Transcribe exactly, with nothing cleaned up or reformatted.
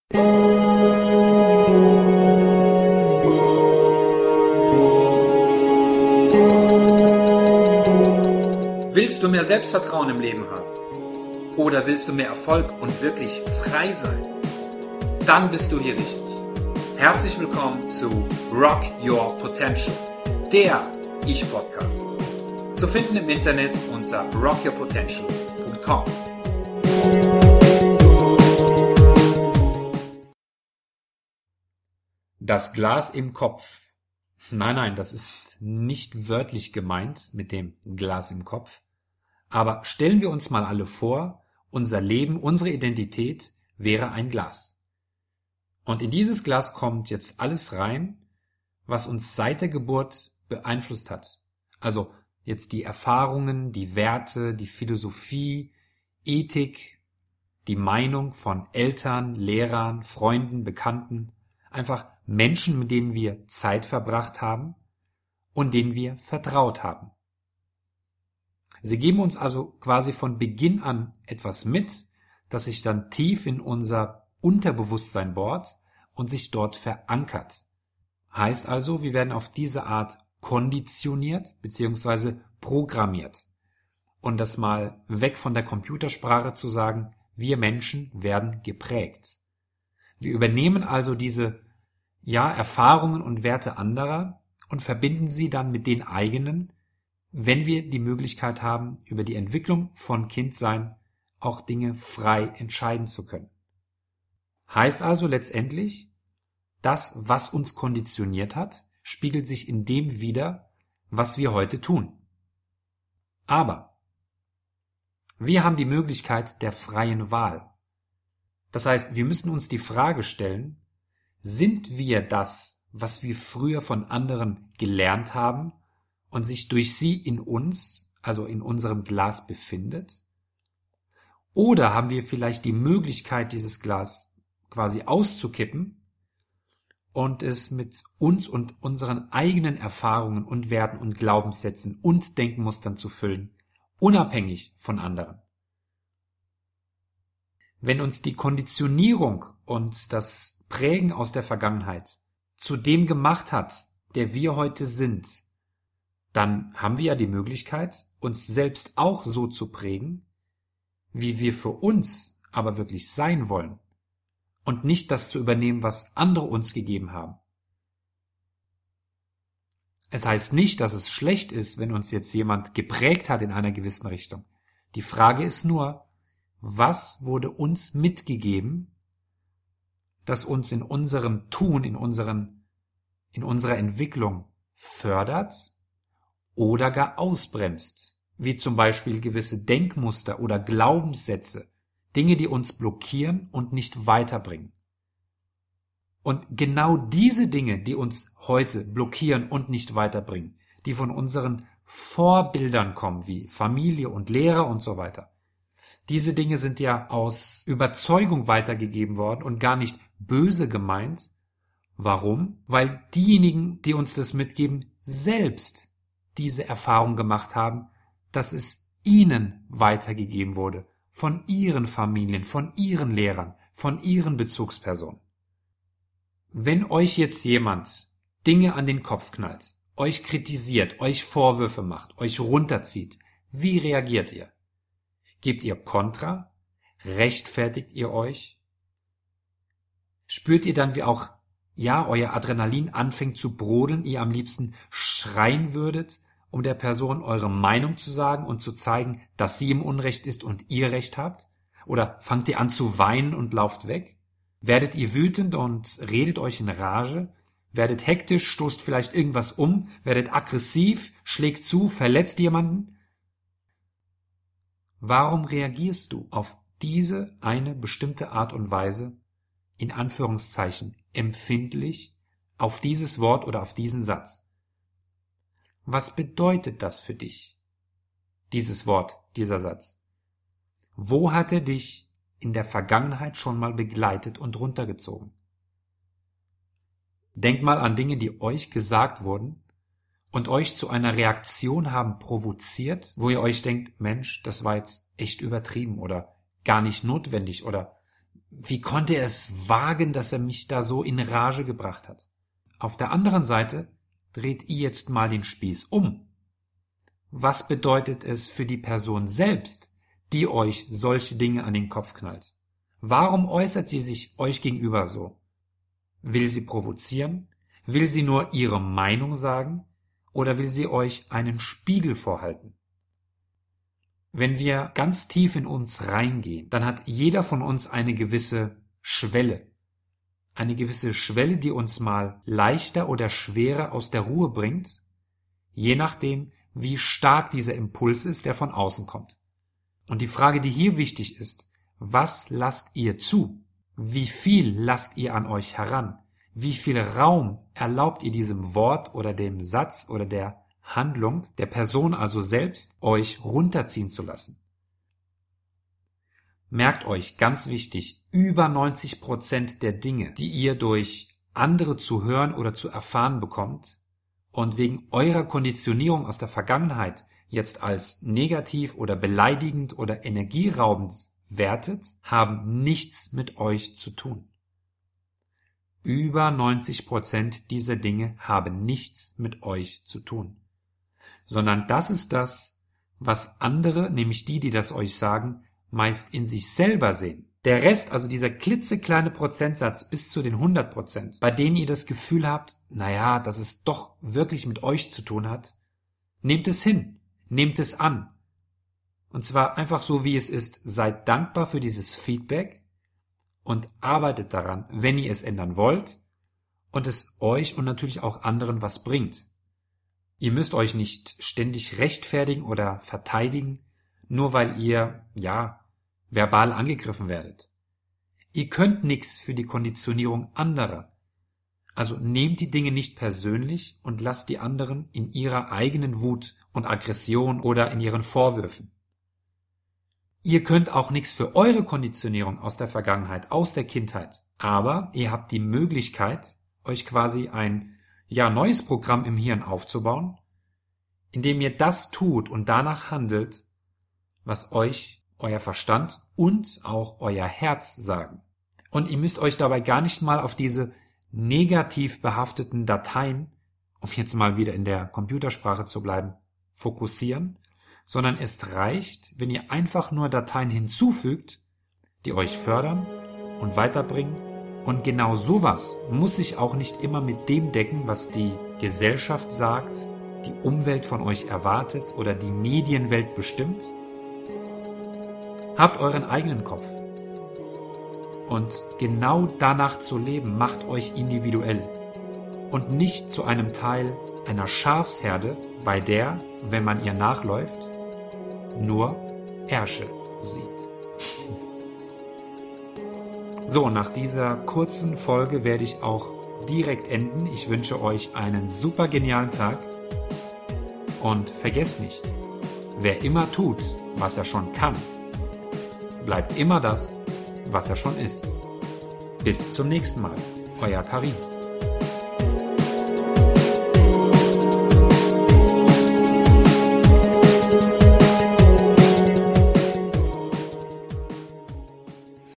Willst du mehr Selbstvertrauen im Leben haben? Oder willst du mehr Erfolg und wirklich frei sein? Dann bist du hier richtig. Herzlich willkommen zu Rock Your Potential, der Ich-Podcast. Zu finden im Internet unter rock your potential punkt com. Das Glas im Kopf. Nein, nein, das ist nicht wörtlich gemeint mit dem Glas im Kopf. Aber stellen wir uns mal alle vor, unser Leben, unsere Identität wäre ein Glas. Und in dieses Glas kommt jetzt alles rein, was uns seit der Geburt beeinflusst hat. Also jetzt die Erfahrungen, die Werte, die Philosophie, Ethik, die Meinung von Eltern, Lehrern, Freunden, Bekannten, einfach Menschen, mit denen wir Zeit verbracht haben und denen wir vertraut haben. Sie geben uns also quasi von Beginn an etwas mit, das sich dann tief in unser Unterbewusstsein bohrt und sich dort verankert. Heißt also, wir werden auf diese Art konditioniert bzw. programmiert. Und das mal weg von der Computersprache zu sagen, wir Menschen werden geprägt. Wir übernehmen also diese ja, Erfahrungen und Werte anderer und verbinden sie dann mit den eigenen, wenn wir die Möglichkeit haben, über die Entwicklung von Kindsein auch Dinge frei entscheiden zu können. Heißt also letztendlich, das, was uns konditioniert hat, spiegelt sich in dem wider, was wir heute tun. Aber wir haben die Möglichkeit der freien Wahl. Das heißt, wir müssen uns die Frage stellen, sind wir das, was wir früher von anderen gelernt haben und sich durch sie in uns, also in unserem Glas befindet? Oder haben wir vielleicht die Möglichkeit, dieses Glas quasi auszukippen und es mit uns und unseren eigenen Erfahrungen und Werten und Glaubenssätzen und Denkmustern zu füllen, unabhängig von anderen? Wenn uns die Konditionierung und das Prägen aus der Vergangenheit zu dem gemacht hat, der wir heute sind, dann haben wir ja die Möglichkeit, uns selbst auch so zu prägen, wie wir für uns aber wirklich sein wollen und nicht das zu übernehmen, was andere uns gegeben haben. Es heißt nicht, dass es schlecht ist, wenn uns jetzt jemand geprägt hat in einer gewissen Richtung. Die Frage ist nur, was wurde uns mitgegeben, das uns in unserem Tun, in unseren, in unserer Entwicklung fördert oder gar ausbremst, wie zum Beispiel gewisse Denkmuster oder Glaubenssätze, Dinge, die uns blockieren und nicht weiterbringen. Und genau diese Dinge, die uns heute blockieren und nicht weiterbringen, die von unseren Vorbildern kommen, wie Familie und Lehrer und so weiter, diese Dinge sind ja aus Überzeugung weitergegeben worden und gar nicht böse gemeint. Warum? Weil diejenigen, die uns das mitgeben, selbst diese Erfahrung gemacht haben, dass es ihnen weitergegeben wurde, von ihren Familien, von ihren Lehrern, von ihren Bezugspersonen. Wenn euch jetzt jemand Dinge an den Kopf knallt, euch kritisiert, euch Vorwürfe macht, euch runterzieht, wie reagiert ihr? Gebt ihr Kontra? Rechtfertigt ihr euch? Spürt ihr dann, wie auch, ja, euer Adrenalin anfängt zu brodeln, ihr am liebsten schreien würdet, um der Person eure Meinung zu sagen und zu zeigen, dass sie im Unrecht ist und ihr Recht habt? Oder fangt ihr an zu weinen und lauft weg? Werdet ihr wütend und redet euch in Rage? Werdet hektisch, stoßt vielleicht irgendwas um? Werdet aggressiv, schlägt zu, verletzt jemanden? Warum reagierst du auf diese eine bestimmte Art und Weise, in Anführungszeichen empfindlich, auf dieses Wort oder auf diesen Satz? Was bedeutet das für dich, dieses Wort, dieser Satz? Wo hat er dich in der Vergangenheit schon mal begleitet und runtergezogen? Denkt mal an Dinge, die euch gesagt wurden und euch zu einer Reaktion haben provoziert, wo ihr euch denkt, Mensch, das war jetzt echt übertrieben oder gar nicht notwendig oder wie konnte er es wagen, dass er mich da so in Rage gebracht hat? Auf der anderen Seite dreht ihr jetzt mal den Spieß um. Was bedeutet es für die Person selbst, die euch solche Dinge an den Kopf knallt? Warum äußert sie sich euch gegenüber so? Will sie provozieren? Will sie nur ihre Meinung sagen? Oder will sie euch einen Spiegel vorhalten? Wenn wir ganz tief in uns reingehen, dann hat jeder von uns eine gewisse Schwelle. Eine gewisse Schwelle, die uns mal leichter oder schwerer aus der Ruhe bringt, je nachdem, wie stark dieser Impuls ist, der von außen kommt. Und die Frage, die hier wichtig ist, was lasst ihr zu? Wie viel lasst ihr an euch heran? Wie viel Raum erlaubt ihr diesem Wort oder dem Satz oder der Handlung der Person also selbst, euch runterziehen zu lassen? Merkt euch, ganz wichtig, über neunzig Prozent der Dinge, die ihr durch andere zu hören oder zu erfahren bekommt und wegen eurer Konditionierung aus der Vergangenheit jetzt als negativ oder beleidigend oder energieraubend wertet, haben nichts mit euch zu tun. Über neunzig Prozent dieser Dinge haben nichts mit euch zu tun. Sondern das ist das, was andere, nämlich die, die das euch sagen, meist in sich selber sehen. Der Rest, also dieser klitzekleine Prozentsatz bis zu den hundert Prozent, bei denen ihr das Gefühl habt, naja, dass es doch wirklich mit euch zu tun hat, nehmt es hin, nehmt es an. Und zwar einfach so, wie es ist. Seid dankbar für dieses Feedback und arbeitet daran, wenn ihr es ändern wollt und es euch und natürlich auch anderen was bringt. Ihr müsst euch nicht ständig rechtfertigen oder verteidigen, nur weil ihr, ja, verbal angegriffen werdet. Ihr könnt nichts für die Konditionierung anderer. Also nehmt die Dinge nicht persönlich und lasst die anderen in ihrer eigenen Wut und Aggression oder in ihren Vorwürfen. Ihr könnt auch nichts für eure Konditionierung aus der Vergangenheit, aus der Kindheit. Aber ihr habt die Möglichkeit, euch quasi ein, ja, neues Programm im Hirn aufzubauen, indem ihr das tut und danach handelt, was euch euer Verstand und auch euer Herz sagen. Und ihr müsst euch dabei gar nicht mal auf diese negativ behafteten Dateien, um jetzt mal wieder in der Computersprache zu bleiben, fokussieren, sondern es reicht, wenn ihr einfach nur Dateien hinzufügt, die euch fördern und weiterbringen. Und genau sowas muss sich auch nicht immer mit dem decken, was die Gesellschaft sagt, die Umwelt von euch erwartet oder die Medienwelt bestimmt. Habt euren eigenen Kopf. Und genau danach zu leben, macht euch individuell und nicht zu einem Teil einer Schafsherde, bei der, wenn man ihr nachläuft, nur Ärsche sieht. So, nach dieser kurzen Folge werde ich auch direkt enden. Ich wünsche euch einen super genialen Tag und vergesst nicht, wer immer tut, was er schon kann, bleibt immer das, was er schon ist. Bis zum nächsten Mal, euer Karim.